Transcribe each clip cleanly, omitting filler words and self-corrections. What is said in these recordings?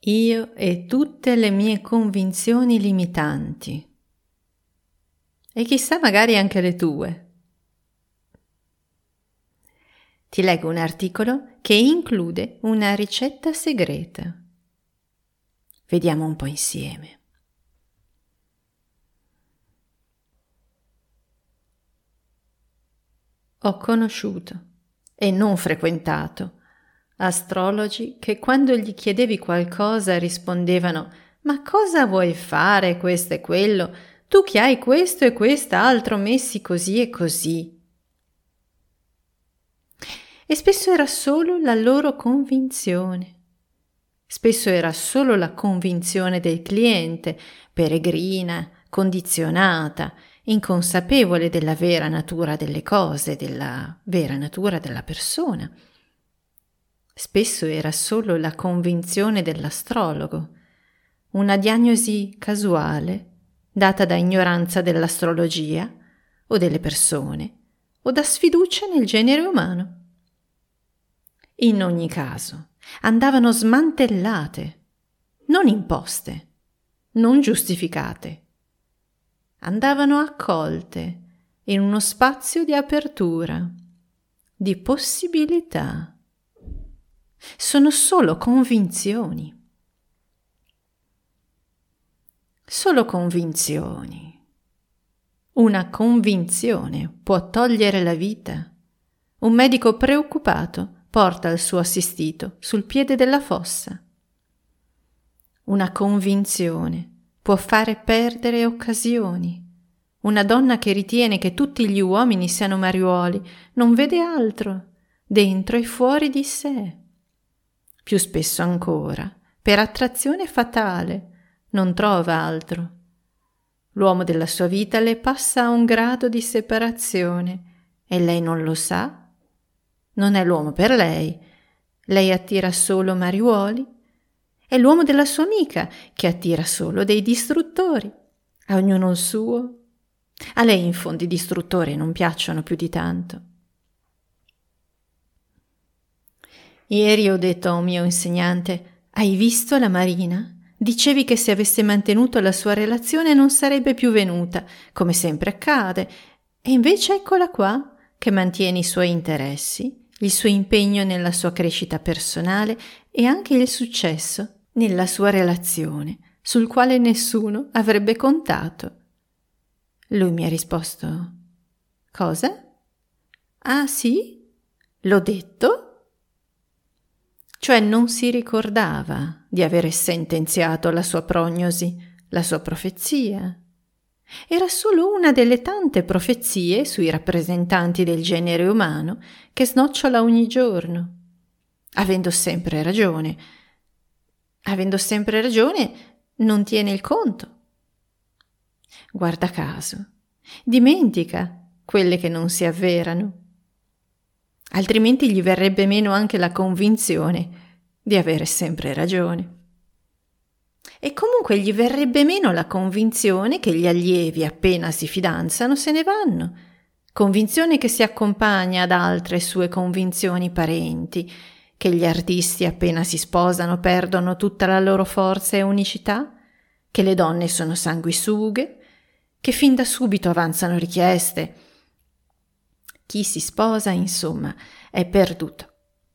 io e tutte le mie convinzioni limitanti. E chissà, magari anche le tue. Ti leggo un articolo che include una ricetta segreta. Vediamo un po' insieme. Ho conosciuto e non frequentato astrologi che quando gli chiedevi qualcosa rispondevano: ma cosa vuoi fare, questo e quello? Tu che hai questo e quest'altro messi così e così. E spesso era solo la loro convinzione. Spesso era solo la convinzione del cliente, peregrina, condizionata, inconsapevole della vera natura delle cose, della vera natura della persona. Spesso era solo la convinzione dell'astrologo, una diagnosi casuale data da ignoranza dell'astrologia o delle persone o da sfiducia nel genere umano. In ogni caso, andavano smantellate, non imposte, non giustificate. Andavano accolte in uno spazio di apertura, di possibilità. Sono solo convinzioni. Solo convinzioni. Una convinzione può togliere la vita. Un medico preoccupato porta il suo assistito sul piede della fossa. Una convinzione può fare perdere occasioni. Una donna che ritiene che tutti gli uomini siano mariuoli non vede altro, dentro e fuori di sé. Più spesso ancora, per attrazione fatale, non trova altro. L'uomo della sua vita le passa a un grado di separazione e lei non lo sa. Non è l'uomo per lei. Lei attira solo mariuoli. È l'uomo della sua amica che attira solo dei distruttori. A ognuno il suo. A lei in fondo i distruttori non piacciono più di tanto. Ieri ho detto a un mio insegnante: hai visto la Marina? Dicevi che se avesse mantenuto la sua relazione non sarebbe più venuta, come sempre accade, e invece eccola qua, che mantiene i suoi interessi, il suo impegno nella sua crescita personale e anche il successo nella sua relazione, sul quale nessuno avrebbe contato. Lui mi ha risposto: cosa? Ah sì? L'ho detto? Cioè non si ricordava di avere sentenziato la sua prognosi, la sua profezia. Era solo una delle tante profezie sui rappresentanti del genere umano che snocciola ogni giorno, avendo sempre ragione. Avendo sempre ragione, non tiene il conto. Guarda caso, dimentica quelle che non si avverano. Altrimenti gli verrebbe meno anche la convinzione di avere sempre ragione. E comunque gli verrebbe meno la convinzione che gli allievi appena si fidanzano se ne vanno, convinzione che si accompagna ad altre sue convinzioni parenti, che gli artisti appena si sposano perdono tutta la loro forza e unicità, che le donne sono sanguisughe, che fin da subito avanzano richieste. Chi si sposa, insomma, è perduto.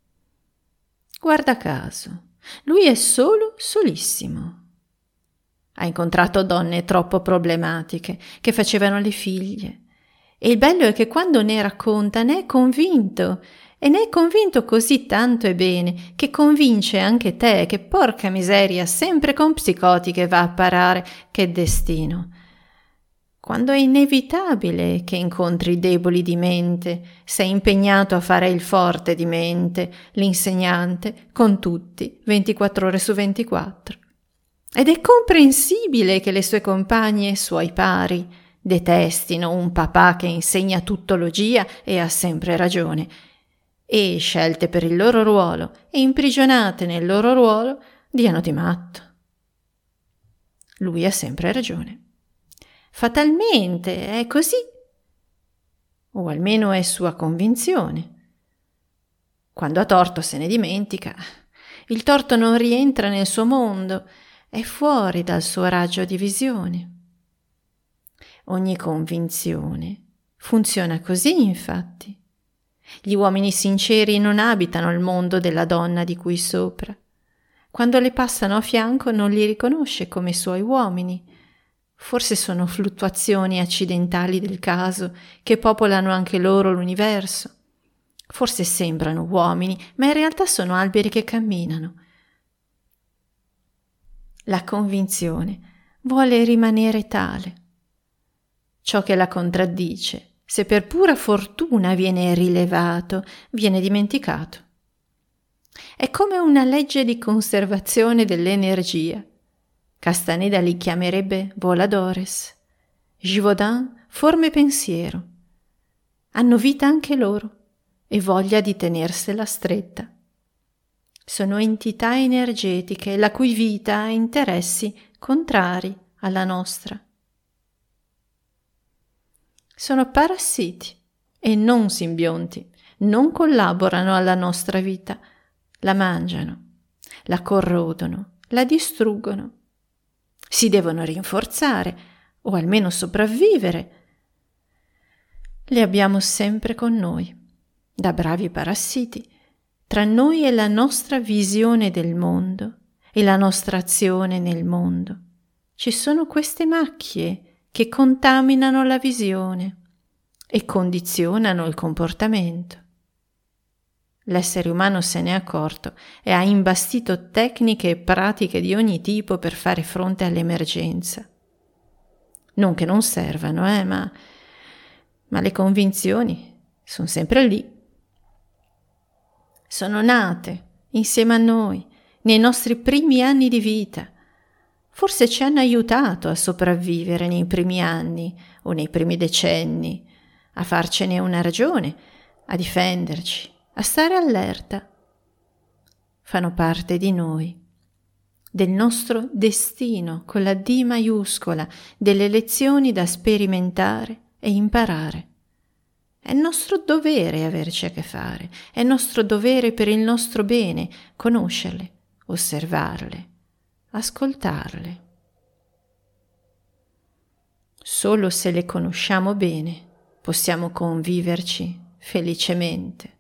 Guarda caso, lui è solissimo. Ha incontrato donne troppo problematiche, che facevano le figlie. E il bello è che quando ne racconta ne è convinto, e ne è convinto così tanto e bene, che convince anche te che porca miseria, sempre con psicotiche va a parare, che destino. Quando è inevitabile che incontri i deboli di mente, sei impegnato a fare il forte di mente, l'insegnante, con tutti, 24 ore su 24. Ed è comprensibile che le sue compagne e suoi pari detestino un papà che insegna tuttologia e ha sempre ragione, e, scelte per il loro ruolo e imprigionate nel loro ruolo, diano di matto. Lui ha sempre ragione. Fatalmente è così, o almeno è sua convinzione. Quando ha torto se ne dimentica. Il torto non rientra nel suo mondo, è fuori dal suo raggio di visione. Ogni convinzione funziona così, infatti. Gli uomini sinceri non abitano il mondo della donna di cui sopra. Quando le passano a fianco non li riconosce come suoi uomini. Forse sono fluttuazioni accidentali del caso che popolano anche loro l'universo. Forse sembrano uomini, ma in realtà sono alberi che camminano. La convinzione vuole rimanere tale. Ciò che la contraddice, se per pura fortuna viene rilevato, viene dimenticato. È come una legge di conservazione dell'energia. Castaneda li chiamerebbe voladores, Givaudan forme pensiero. Hanno vita anche loro e voglia di tenersela stretta. Sono entità energetiche la cui vita ha interessi contrari alla nostra. Sono parassiti e non simbionti, non collaborano alla nostra vita, la mangiano, la corrodono, la distruggono. Si devono rinforzare o almeno sopravvivere. Le abbiamo sempre con noi, da bravi parassiti, tra noi e la nostra visione del mondo e la nostra azione nel mondo. Ci sono queste macchie che contaminano la visione e condizionano il comportamento. L'essere umano se n'è accorto e ha imbastito tecniche e pratiche di ogni tipo per fare fronte all'emergenza. Non che non servano, ma le convinzioni sono sempre lì. Sono nate insieme a noi nei nostri primi anni di vita. Forse ci hanno aiutato a sopravvivere nei primi anni o nei primi decenni, a farcene una ragione, a difenderci, a stare allerta. Fanno parte di noi, del nostro destino con la D maiuscola, delle lezioni da sperimentare e imparare. È nostro dovere averci a che fare, è nostro dovere per il nostro bene conoscerle, osservarle, ascoltarle. Solo se le conosciamo bene possiamo conviverci felicemente.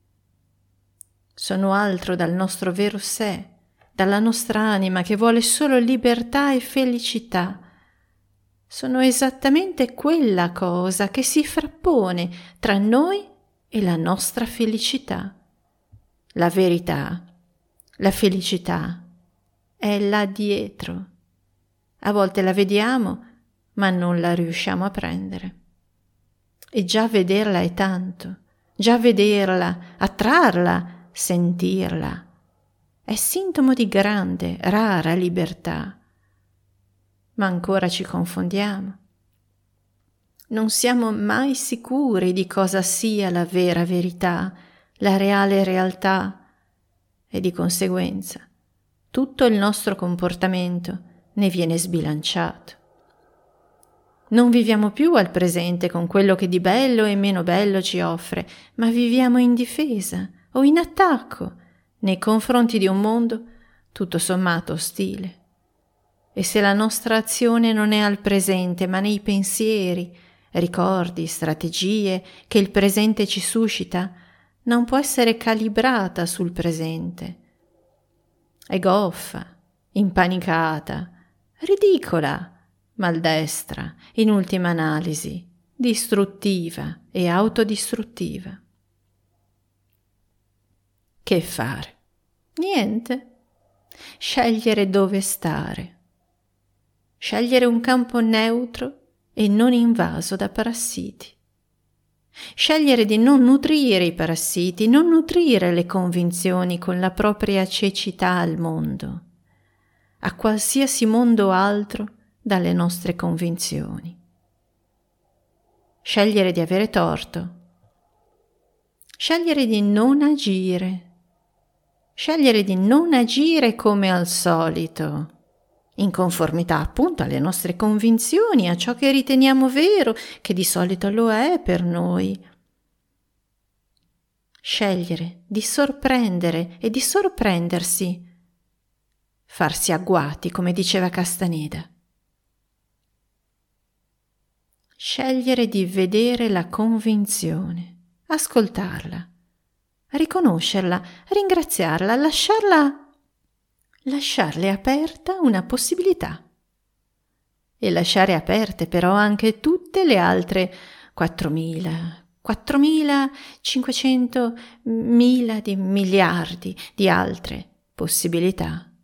Sono altro dal nostro vero sé, dalla nostra anima che vuole solo libertà e felicità. Sono esattamente quella cosa che si frappone tra noi e la nostra felicità. La verità, la felicità è là dietro. A volte la vediamo, ma non la riusciamo a prendere. E già vederla è tanto, già vederla, attrarla, sentirla, è sintomo di grande, rara libertà. Ma ancora ci confondiamo. Non siamo mai sicuri di cosa sia la vera verità, la reale realtà, e di conseguenza tutto il nostro comportamento ne viene sbilanciato. Non viviamo più al presente con quello che di bello e meno bello ci offre, ma viviamo in difesa o in attacco nei confronti di un mondo tutto sommato ostile. E se la nostra azione non è al presente, ma nei pensieri, ricordi, strategie che il presente ci suscita, non può essere calibrata sul presente. È goffa, impanicata, ridicola, maldestra, in ultima analisi, distruttiva e autodistruttiva. Che fare? Niente. Scegliere dove stare. Scegliere un campo neutro e non invaso da parassiti. Scegliere di non nutrire i parassiti, non nutrire le convinzioni con la propria cecità al mondo, a qualsiasi mondo altro dalle nostre convinzioni. Scegliere di avere torto. Scegliere di non agire. Scegliere di non agire come al solito, in conformità appunto alle nostre convinzioni, a ciò che riteniamo vero, che di solito lo è per noi. Scegliere di sorprendere e di sorprendersi farsi agguati, come diceva Castaneda. Scegliere di vedere la convinzione, ascoltarla, riconoscerla, ringraziarla, lasciarle aperta una possibilità. E lasciare aperte però anche tutte le altre 4.500.000 di miliardi di altre possibilità